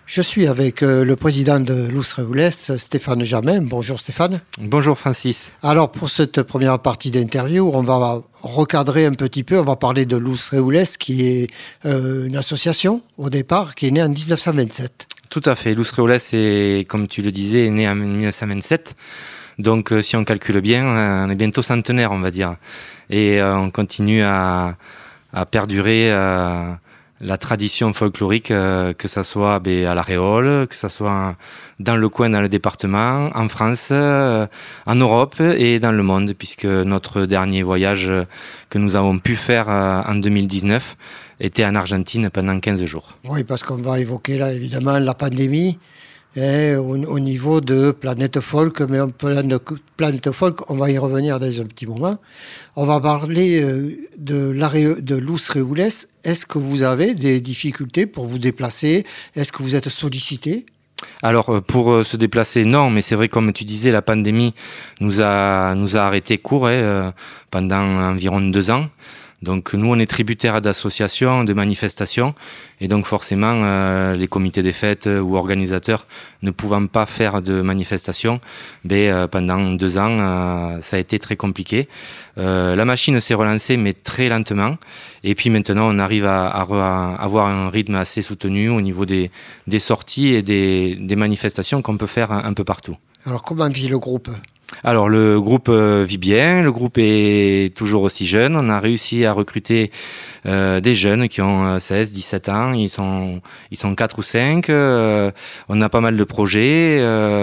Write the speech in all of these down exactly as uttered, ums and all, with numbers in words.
Je suis avec euh, le président de Luz Reoulès, Stéphane Jamin. Bonjour Stéphane. Bonjour Francis. Alors pour cette première partie d'interview, on va recadrer un petit peu, on va parler de Luz Reoulès qui est euh, une association au départ qui est née en dix-neuf cent vingt-sept. Tout à fait, Luz Reoulès est, comme tu le disais, est née en dix-neuf cent vingt-sept. Donc euh, si on calcule bien, on est bientôt centenaire on va dire. Et euh, on continue à, à perdurer euh, la tradition folklorique, euh, que ça soit ben, à La Réole, que ça soit dans le coin, dans le département, en France, euh, en Europe et dans le monde, puisque notre dernier voyage que nous avons pu faire euh, en deux mille dix-neuf était en Argentine pendant quinze jours. Oui, parce qu'on va évoquer là évidemment la pandémie. Et au, au niveau de Planète Folk, mais on peut, de Planète Folk, on va y revenir dans un petit moment. On va parler euh, de, la, de Luz Reoulès. Est-ce que vous avez des difficultés pour vous déplacer? Est-ce que vous êtes sollicité? Alors pour se déplacer, non, mais c'est vrai, comme tu disais, la pandémie nous a, nous a arrêté court hein, euh, pendant environ deux ans. Donc nous, on est tributaires d'associations, de manifestations, et donc forcément, euh, les comités des fêtes ou organisateurs ne pouvant pas faire de manifestations, ben, euh, pendant deux ans, euh, ça a été très compliqué. Euh, la machine s'est relancée, mais très lentement, et puis maintenant, on arrive à, à, à avoir un rythme assez soutenu au niveau des, des sorties et des, des manifestations qu'on peut faire un, un peu partout. Alors comment vit le groupe ? Alors le groupe euh, vit bien, le groupe est toujours aussi jeune, on a réussi à recruter euh, des jeunes qui ont euh, seize, dix-sept ans, ils sont, ils sont quatre ou cinq, euh, on a pas mal de projets,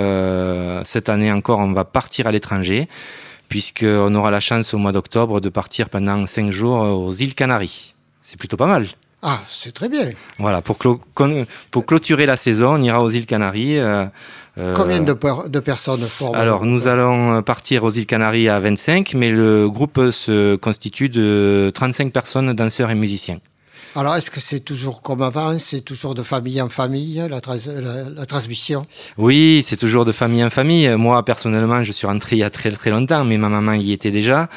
euh, cette année encore on va partir à l'étranger, puisqu'on aura la chance au mois d'octobre de partir pendant cinq jours aux îles Canaries, c'est plutôt pas mal. Ah, c'est très bien. Voilà, pour, clo- pour clôturer la saison, on ira aux îles Canaries. Euh, euh, Combien de, per- de personnes forment? Alors, nous allons partir aux îles Canaries à vingt-cinq, mais le groupe se constitue de trente-cinq personnes, danseurs et musiciens. Alors, est-ce que c'est toujours comme avant? C'est toujours de famille en famille, la, trans- la, la transmission? Oui, c'est toujours de famille en famille. Moi, personnellement, je suis rentré il y a très très longtemps, mais ma maman y était déjà.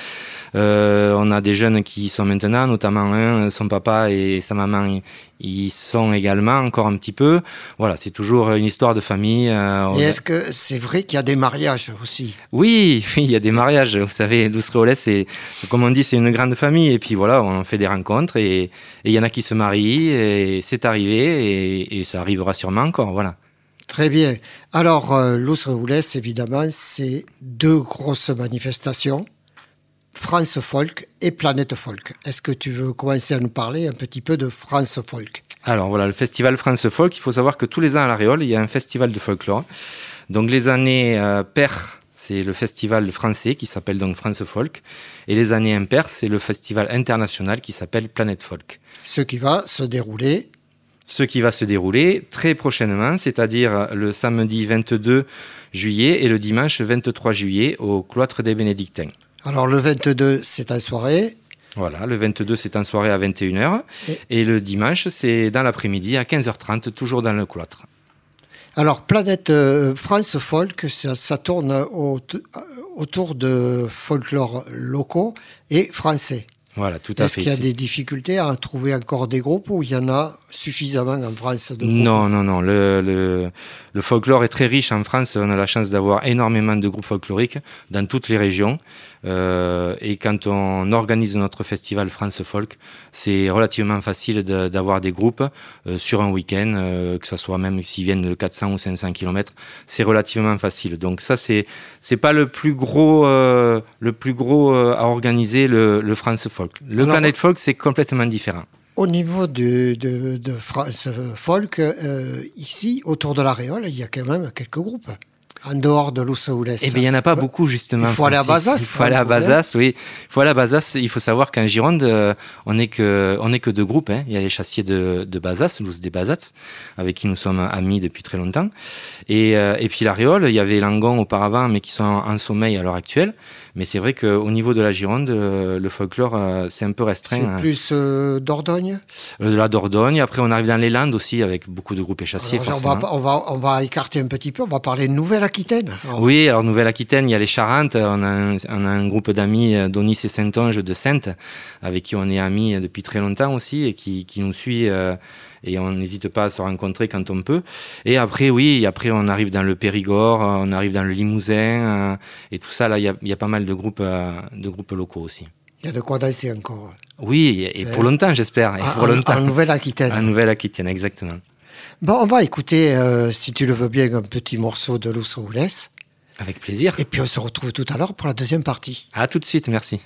Euh, on a des jeunes qui y sont maintenant, notamment un, son papa et sa maman y sont également encore un petit peu. Voilà, c'est toujours une histoire de famille. Euh, et est-ce que c'est vrai qu'il y a des mariages aussi? Oui, oui, il y a des mariages. Vous savez, Luz Reoulès, c'est, comme on dit, c'est une grande famille. Et puis voilà, on fait des rencontres et il y en a qui se marient et c'est arrivé et, et ça arrivera sûrement encore. Voilà. Très bien. Alors, euh, Luz Reoulès, évidemment, c'est deux grosses manifestations. France Folk et Planète Folk. Est-ce que tu veux commencer à nous parler un petit peu de France Folk? Alors voilà, le festival France Folk, il faut savoir que tous les ans à La Réole, il y a un festival de folklore. Donc les années euh, paires, c'est le festival français qui s'appelle donc France Folk. Et les années impaires, c'est le festival international qui s'appelle Planète Folk. Ce qui va se dérouler... Ce qui va se dérouler très prochainement, c'est-à-dire le samedi vingt-deux juillet et le dimanche vingt-trois juillet au cloître des Bénédictins. Alors le vingt-deux, c'est en soirée. Voilà, le vingt-deux, c'est en soirée à vingt et une heures. Et, et le dimanche, c'est dans l'après-midi à quinze heures trente, toujours dans le cloître. Alors, Planète euh, France Folk, ça, ça tourne au, autour de folklore locaux et français. Voilà, tout à Est-ce fait. qu'il y a des difficultés à trouver encore des groupes ou il y en a suffisamment en France de groupes? Non, non, non. Le, le, le folklore est très riche en France. On a la chance d'avoir énormément de groupes folkloriques dans toutes les régions. Euh, et quand on organise notre festival France Folk, c'est relativement facile de, d'avoir des groupes euh, sur un week-end, euh, que ce soit même s'ils viennent de quatre cents ou cinq cents kilomètres, c'est relativement facile. Donc ça, c'est c'est pas le plus gros, euh, le plus gros euh, à organiser le, le France Folk. Le Alors, Planète Folk, c'est complètement différent. Au niveau de, de, de France Folk, euh, ici, autour de La Réole, il y a quand même quelques groupes. En dehors de Luz Reoulès. Eh bien, il n'y en a pas beaucoup, justement. Il faut aller à Bazas. Il faut aller à Bazas, oui. Il faut aller à Bazas. Il faut savoir qu'en Gironde, euh, on n'est que, on n'est que deux groupes. Hein. Il y a les chassiers de, de Bazas, Luz des Bazas, avec qui nous sommes amis depuis très longtemps. Et, euh, et puis La Réole, il y avait Langon auparavant, mais qui sont en, en sommeil à l'heure actuelle. Mais c'est vrai qu'au niveau de la Gironde, euh, le folklore, euh, c'est un peu restreint. C'est hein. plus euh, Dordogne euh, De la Dordogne. Après, on arrive dans les Landes aussi, avec beaucoup de groupes échassiers, Alors, forcément. On va, on, va, on va écarter un petit peu. On va parler de Nouvelle-Aquitaine. Nouvelle-Aquitaine. Alors. Oui, alors Nouvelle-Aquitaine, il y a les Charentes. On a un, on a un groupe d'amis d'Onis et Saint-Onge de Saintes, avec qui on est amis depuis très longtemps aussi et qui, qui nous suit. Euh, et on n'hésite pas à se rencontrer quand on peut. Et après, oui, après on arrive dans le Périgord, on arrive dans le Limousin, euh, et tout ça, là, il y a, il y a pas mal de groupes, euh, de groupes locaux aussi. Il y a de quoi danser encore. Oui, et pour longtemps, j'espère. Et pour en, longtemps. En Nouvelle-Aquitaine. En Nouvelle-Aquitaine, exactement. Bon, on va écouter, euh, si tu le veux bien, un petit morceau de Los Roules. Avec plaisir. Et puis on se retrouve tout à l'heure pour la deuxième partie. À tout de suite, merci.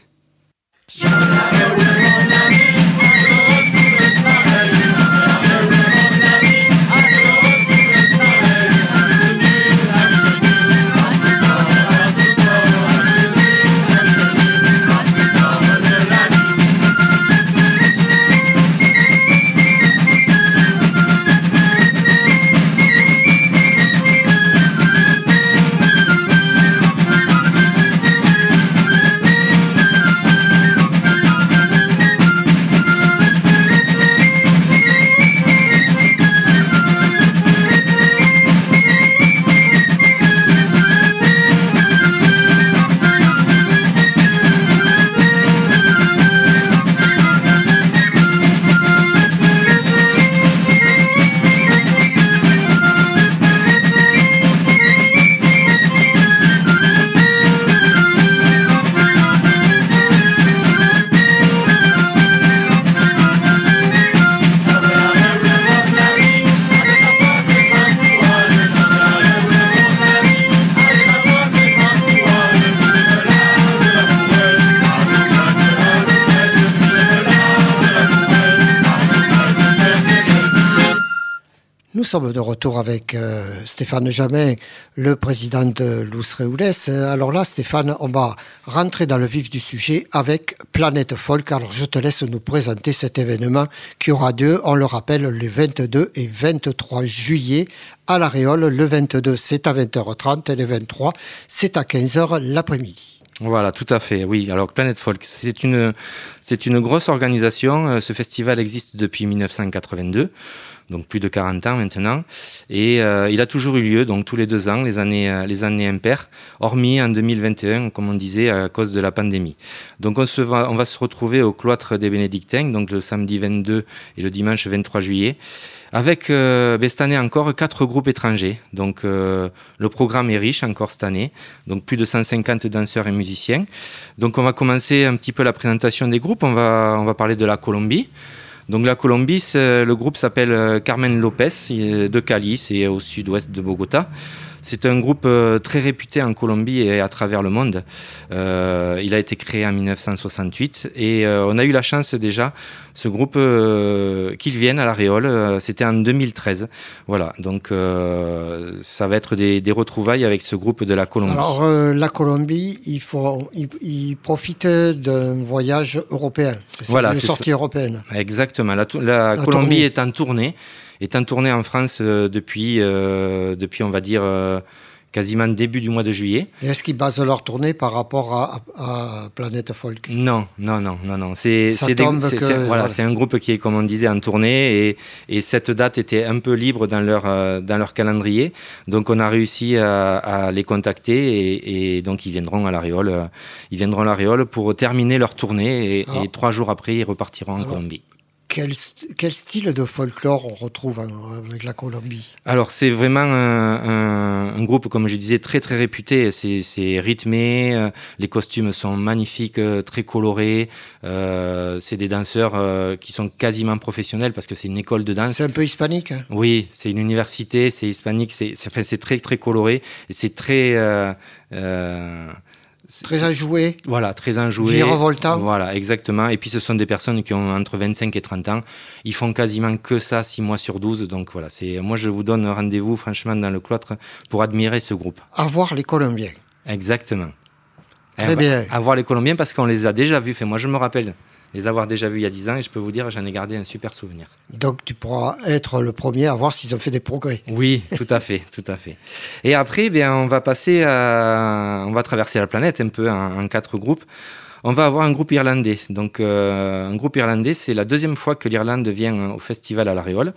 Nous sommes de retour avec euh, Stéphane Jamin, le président de Los Roules. Alors là, Stéphane, on va rentrer dans le vif du sujet avec Planète Folk. Alors je te laisse nous présenter cet événement qui aura lieu, on le rappelle, le vingt-deux et vingt-trois juillet à La Réole. Le vingt-deux, c'est à vingt heures trente et le vingt-trois, c'est à quinze heures l'après-midi. Voilà, tout à fait. Oui, alors Planète Folk, c'est une, c'est une grosse organisation. Ce festival existe depuis dix-neuf cent quatre-vingt-deux. Donc plus de quarante ans maintenant, et euh, il a toujours eu lieu, donc tous les deux ans, les années, euh, les années impaires, hormis en deux mille vingt et un, comme on disait, à cause de la pandémie. Donc on, se va, on va se retrouver au cloître des Bénédictins, donc le samedi vingt-deux et le dimanche vingt-trois juillet, avec euh, ben, cette année encore quatre groupes étrangers. Donc euh, le programme est riche encore cette année, donc plus de cent cinquante danseurs et musiciens. Donc on va commencer un petit peu la présentation des groupes, on va, on va parler de la Colombie. Donc la Colombie, le groupe s'appelle Carmen Lopez de Cali, c'est au sud-ouest de Bogota. C'est un groupe très réputé en Colombie et à travers le monde. Euh, il a été créé en dix-neuf cent soixante-huit et euh, on a eu la chance déjà, ce groupe, euh, qu'il vienne à La Réole. Euh, c'était en deux mille treize. Voilà, donc euh, ça va être des, des retrouvailles avec ce groupe de la Colombie. Alors euh, la Colombie, il, faut, il, il profite d'un voyage européen. C'est voilà, une c'est sortie ça. Européenne. Exactement. La, la, la Colombie tournée. est en tournée. est en tournée en France euh, depuis, euh, depuis, on va dire, euh, quasiment début du mois de juillet. Et est-ce qu'ils basent leur tournée par rapport à, à, à Planète Folk ? Non, non, non, non, non. C'est, Ça c'est, tombe des, c'est, que, c'est, voilà, voilà. c'est un groupe qui est, comme on disait, en tournée et, et cette date était un peu libre dans leur, euh, dans leur calendrier. Donc, on a réussi à, à les contacter et, et donc, ils viendront à La Réole. Euh, ils viendront à La Réole pour terminer leur tournée et, et trois jours après, ils repartiront en Alors. Colombie. Quel, quel style de folklore on retrouve avec la Colombie ? Alors, c'est vraiment un, un, un groupe, comme je disais, très très réputé. C'est, c'est rythmé, euh, les costumes sont magnifiques, euh, très colorés. Euh, c'est des danseurs euh, qui sont quasiment professionnels parce que c'est une école de danse. C'est un peu hispanique, hein ? Oui, c'est une université, c'est hispanique, c'est, c'est, enfin, c'est très très coloré et c'est très... Euh, euh, Très enjoué. Voilà, très enjoué. Virevoltant. Voilà, exactement. Et puis, ce sont des personnes qui ont entre vingt-cinq et trente ans. Ils font quasiment que ça, six mois sur douze. Donc, voilà, c'est, moi, je vous donne rendez-vous, franchement, dans le cloître pour admirer ce groupe. À voir les Colombiens. Exactement. Très bien. À voir les Colombiens parce qu'on les a déjà vus. Enfin, moi, je me rappelle les avoir déjà vus il y a dix ans et je peux vous dire, j'en ai gardé un super souvenir. Donc, tu pourras être le premier à voir s'ils ont fait des progrès. Oui, tout à fait, tout à fait. Et après, bien, on va passer à... On va traverser la planète un peu en, en quatre groupes. On va avoir un groupe irlandais. Donc, euh, un groupe irlandais, c'est la deuxième fois que l'Irlande vient au festival à La Réole.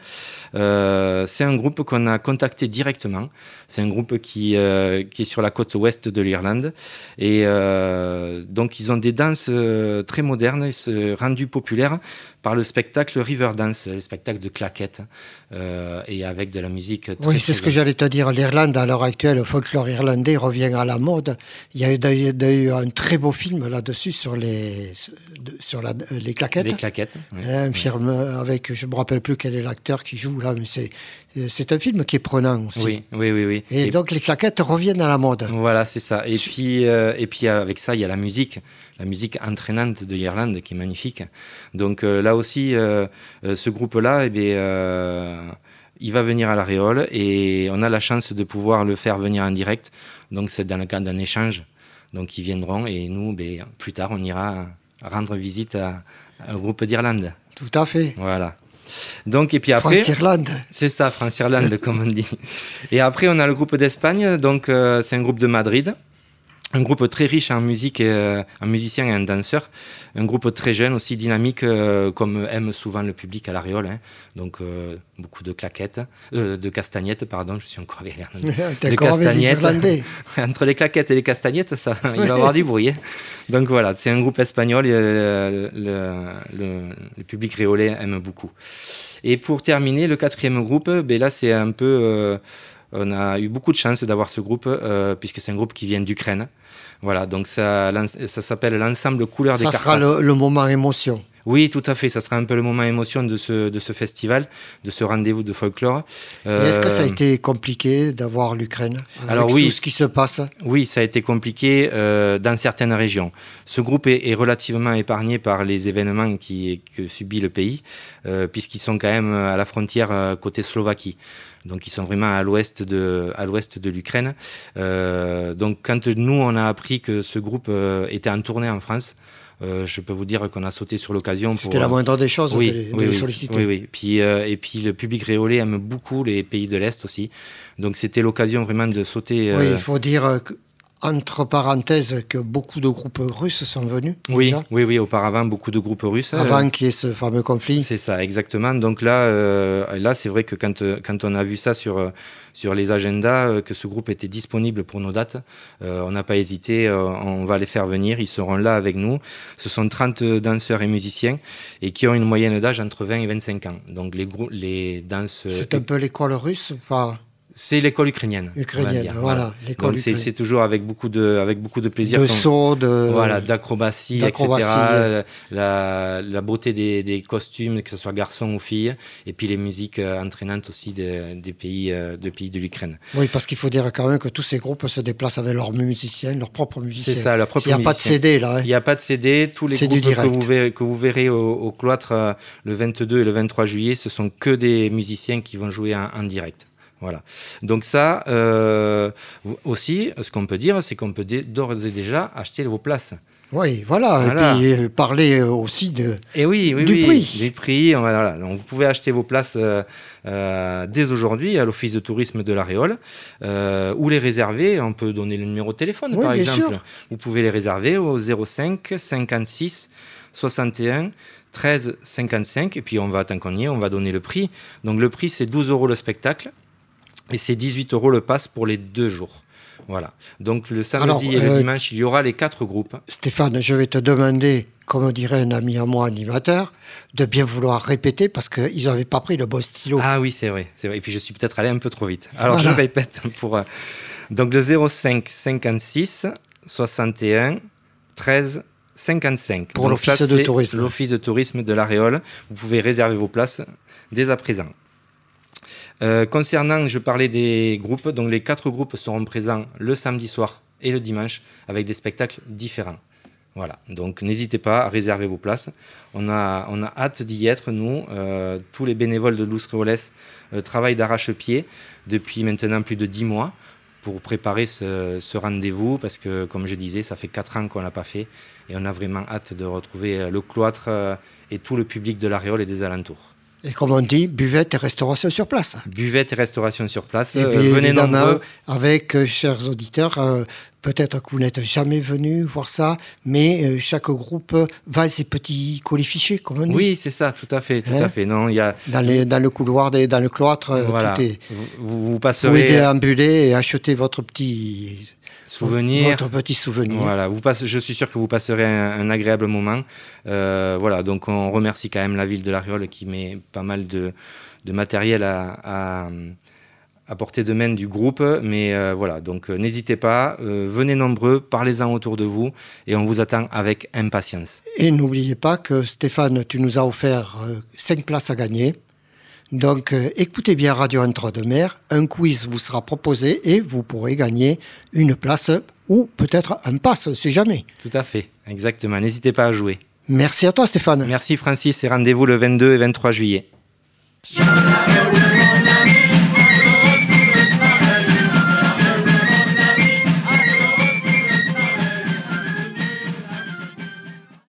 Euh, c'est un groupe qu'on a contacté directement. C'est un groupe qui, euh, qui est sur la côte ouest de l'Irlande. Et euh, donc, ils ont des danses euh, très modernes, rendues populaires par le spectacle Riverdance, le spectacle de claquettes, euh, et avec de la musique très... Oui, c'est ce que j'allais te dire. L'Irlande, à l'heure actuelle, le folklore irlandais revient à la mode. Il y a eu d'ailleurs un très beau film là-dessus sur les, sur la, les claquettes. Les claquettes, oui. Un film avec, je ne me rappelle plus quel est l'acteur qui joue là, mais c'est, c'est un film qui est prenant aussi. Oui, oui, oui. oui. Et, et donc les claquettes reviennent à la mode. Voilà, c'est ça. Et puis, euh, et puis avec ça, il y a la musique, la musique entraînante de l'Irlande qui est magnifique. Donc euh, là aussi, euh, euh, ce groupe-là, eh bien, euh, il va venir à La Réole et on a la chance de pouvoir le faire venir en direct. Donc c'est dans le cadre d'un échange. Donc ils viendront et nous, ben, plus tard, on ira rendre visite à, à un groupe d'Irlande. Tout à fait. Voilà. Donc, et puis après, France-Irlande. C'est ça, France-Irlande, comme on dit. Et après, on a le groupe d'Espagne. Donc, euh, c'est un groupe de Madrid. Un groupe très riche en musique, et, euh, en musiciens et en danseurs. Un groupe très jeune, aussi dynamique, euh, comme aime souvent le public à La Réole. Hein. Donc, euh, beaucoup de claquettes, euh, de castagnettes, pardon, je suis encore avec les T'es encore avec les Irlandais. Entre les claquettes et les castagnettes, ça, il va y avoir du bruit. Hein. Donc voilà, c'est un groupe espagnol, et, euh, le, le, le public réolais aime beaucoup. Et pour terminer, le quatrième groupe, ben là, c'est un peu... Euh, on a eu beaucoup de chance d'avoir ce groupe, euh, puisque c'est un groupe qui vient d'Ukraine. Voilà, donc ça, ça s'appelle l'ensemble Couleurs des Carpates. Ça sera le, le moment émotion. Oui, tout à fait. Ça sera un peu le moment émotion de ce, de ce festival, de ce rendez-vous de folklore. Euh, Est-ce que ça a été compliqué d'avoir l'Ukraine avec alors, oui, tout ce qui se passe? Oui, ça a été compliqué euh, dans certaines régions. Ce groupe est, est relativement épargné par les événements qui, que subit le pays, euh, puisqu'ils sont quand même à la frontière euh, côté Slovaquie. Donc, ils sont vraiment à l'ouest de, à l'ouest de l'Ukraine. Euh, donc, quand nous, on a appris que ce groupe euh, était en tournée en France, Euh, je peux vous dire qu'on a sauté sur l'occasion. C'était pour, la moindre des choses oui, de, les, de oui, les oui, solliciter. Oui, oui. Puis, euh, et puis le public réolais aime beaucoup les pays de l'Est aussi. Donc c'était l'occasion vraiment de sauter. Euh... Oui, il faut dire que, entre parenthèses, que beaucoup de groupes russes sont venus. Oui, déjà. oui, oui, auparavant beaucoup de groupes russes. Avant euh... qu'il y ait ce fameux conflit. C'est ça, exactement. Donc là, euh, là c'est vrai que quand, quand on a vu ça sur, sur les agendas, euh, que ce groupe était disponible pour nos dates, euh, on n'a pas hésité, euh, on va les faire venir, ils seront là avec nous. Ce sont trente danseurs et musiciens et qui ont une moyenne d'âge entre vingt et vingt-cinq ans. Donc les, grou- les danses... C'est un peu l'école russe, enfin... C'est l'école ukrainienne. Ukrainienne, voilà. voilà. L'école Donc c'est, c'est toujours avec beaucoup de, avec beaucoup de plaisir. De saut, de... Voilà, d'acrobatie, d'acrobatie, et cetera. La, la beauté des, des costumes, que ce soit garçons ou filles, et puis les musiques entraînantes aussi des, des pays, de pays de l'Ukraine. Oui, parce qu'il faut dire quand même que tous ces groupes se déplacent avec leurs musiciens, leurs propres musiciens. C'est ça, leurs propres musiciens. Il n'y a pas de C D, là. Hein. Il n'y a pas de C D. Tous les c'est groupes que vous verrez, que vous verrez au, au cloître euh, le vingt-deux et le vingt-trois juillet, ce sont que des musiciens qui vont jouer en, en direct. Voilà. Donc ça, euh, aussi, ce qu'on peut dire, c'est qu'on peut d- d'ores et déjà acheter vos places. Oui, voilà. voilà. Et puis euh, parler aussi de, et oui, oui, du oui, prix. Du prix. Voilà. Donc vous pouvez acheter vos places euh, euh, dès aujourd'hui à l'Office de tourisme de La Réole euh, ou les réserver. On peut donner le numéro de téléphone, oui, par bien exemple. Sûr. Vous pouvez les réserver au zéro cinq cinquante-six soixante et un treize cinquante-cinq. Et puis on va, tant qu'on y est, on va donner le prix. Donc le prix, c'est douze euros le spectacle. Et c'est dix-huit euros le pass pour les deux jours. Voilà. Donc le samedi Alors, et le euh, dimanche, il y aura les quatre groupes. Stéphane, je vais te demander, comme dirait un ami à moi, animateur, de bien vouloir répéter parce qu'ils n'avaient pas pris le bon stylo. Ah oui, c'est vrai, c'est vrai. Et puis je suis peut-être allé un peu trop vite. Alors voilà. Je répète pour... Euh, donc le zéro cinq cinquante-six soixante et un treize cinquante-cinq. Pour donc l'Office ça, de tourisme. L'Office de tourisme de La Réole. Vous pouvez réserver vos places dès à présent. Euh, concernant, je parlais des groupes, donc les quatre groupes seront présents le samedi soir et le dimanche avec des spectacles différents. Voilà, donc n'hésitez pas à réserver vos places. On a, on a hâte d'y être, nous. Euh, tous les bénévoles de Luz Réoles euh, travaillent d'arrache-pied depuis maintenant plus de dix mois pour préparer ce, ce rendez-vous parce que, comme je disais, ça fait quatre ans qu'on ne l'a pas fait et on a vraiment hâte de retrouver le cloître euh, et tout le public de La Réole et des alentours. Et comme on dit, buvette et restauration sur place. Buvette et restauration sur place. Et bien, euh, venez nombreux. Avec, euh, chers auditeurs, euh, peut-être que vous n'êtes jamais venu voir ça, mais euh, chaque groupe va à ses petits colifichets, comme on dit. Oui, c'est ça, tout à fait, tout Hein à fait. Non, il y a dans, les, dans le couloir, des, dans le cloître, voilà. tout est. Vous, vous Vous passerez. pouvez déambuler et acheter votre petit souvenir. Votre petit souvenir. Voilà, vous passez, je suis sûr que vous passerez un, un agréable moment. Euh, voilà, donc on remercie quand même la ville de La Réole qui met pas mal de, de matériel à, à, à portée de main du groupe. Mais euh, voilà, donc euh, n'hésitez pas, euh, venez nombreux, parlez-en autour de vous et on vous attend avec impatience. Et n'oubliez pas que Stéphane, tu nous as offert euh, cinq places à gagner. Donc, euh, écoutez bien Radio Entre-deux-Mers. Un quiz vous sera proposé et vous pourrez gagner une place ou peut-être un pass, on ne sait jamais. Tout à fait, exactement. N'hésitez pas à jouer. Merci à toi, Stéphane. Merci, Francis, et rendez-vous le vingt-deux et vingt-trois juillet.